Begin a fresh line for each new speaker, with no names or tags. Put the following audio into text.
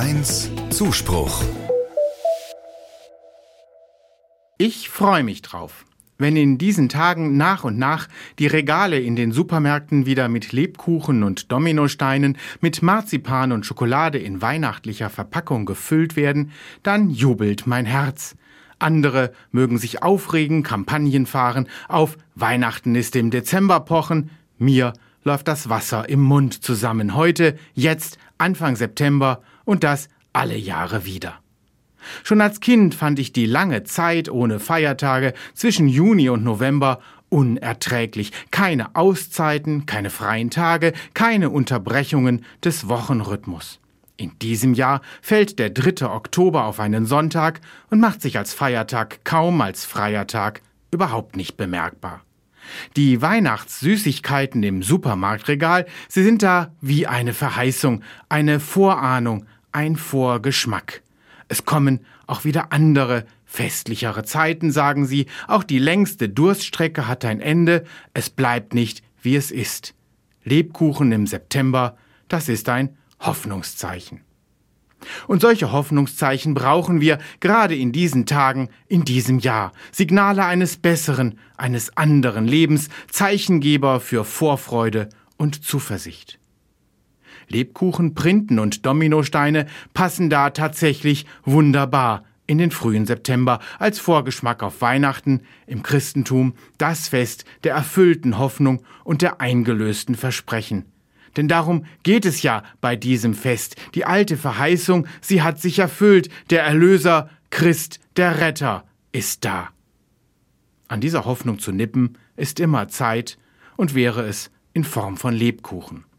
HR1 Zuspruch.
Ich freue mich drauf, wenn in diesen Tagen nach und nach die Regale in den Supermärkten wieder mit Lebkuchen und Dominosteinen, mit Marzipan und Schokolade in weihnachtlicher Verpackung gefüllt werden, dann jubelt mein Herz. Andere mögen sich aufregen, Kampagnen fahren, auf Weihnachten ist im Dezember pochen. Mir läuft das Wasser im Mund zusammen. Heute, jetzt, Anfang September und das alle Jahre wieder. Schon als Kind fand ich die lange Zeit ohne Feiertage zwischen Juni und November unerträglich. Keine Auszeiten, keine freien Tage, keine Unterbrechungen des Wochenrhythmus. In diesem Jahr fällt der 3. Oktober auf einen Sonntag und macht sich als Feiertag kaum als freier Tag überhaupt nicht bemerkbar. Die Weihnachtssüßigkeiten im Supermarktregal, sie sind da wie eine Verheißung, eine Vorahnung, ein Vorgeschmack. Es kommen auch wieder andere, festlichere Zeiten, sagen sie. Auch die längste Durststrecke hat ein Ende. Es bleibt nicht, wie es ist. Lebkuchen im September, das ist ein Hoffnungszeichen. Und solche Hoffnungszeichen brauchen wir gerade in diesen Tagen, in diesem Jahr. Signale eines besseren, eines anderen Lebens, Zeichengeber für Vorfreude und Zuversicht. Lebkuchen, Printen und Dominosteine passen da tatsächlich wunderbar in den frühen September als Vorgeschmack auf Weihnachten, im Christentum das Fest der erfüllten Hoffnung und der eingelösten Versprechen. Denn darum geht es ja bei diesem Fest. Die alte Verheißung, sie hat sich erfüllt. Der Erlöser, Christ, der Retter, ist da. An dieser Hoffnung zu nippen, ist immer Zeit und wäre es in Form von Lebkuchen.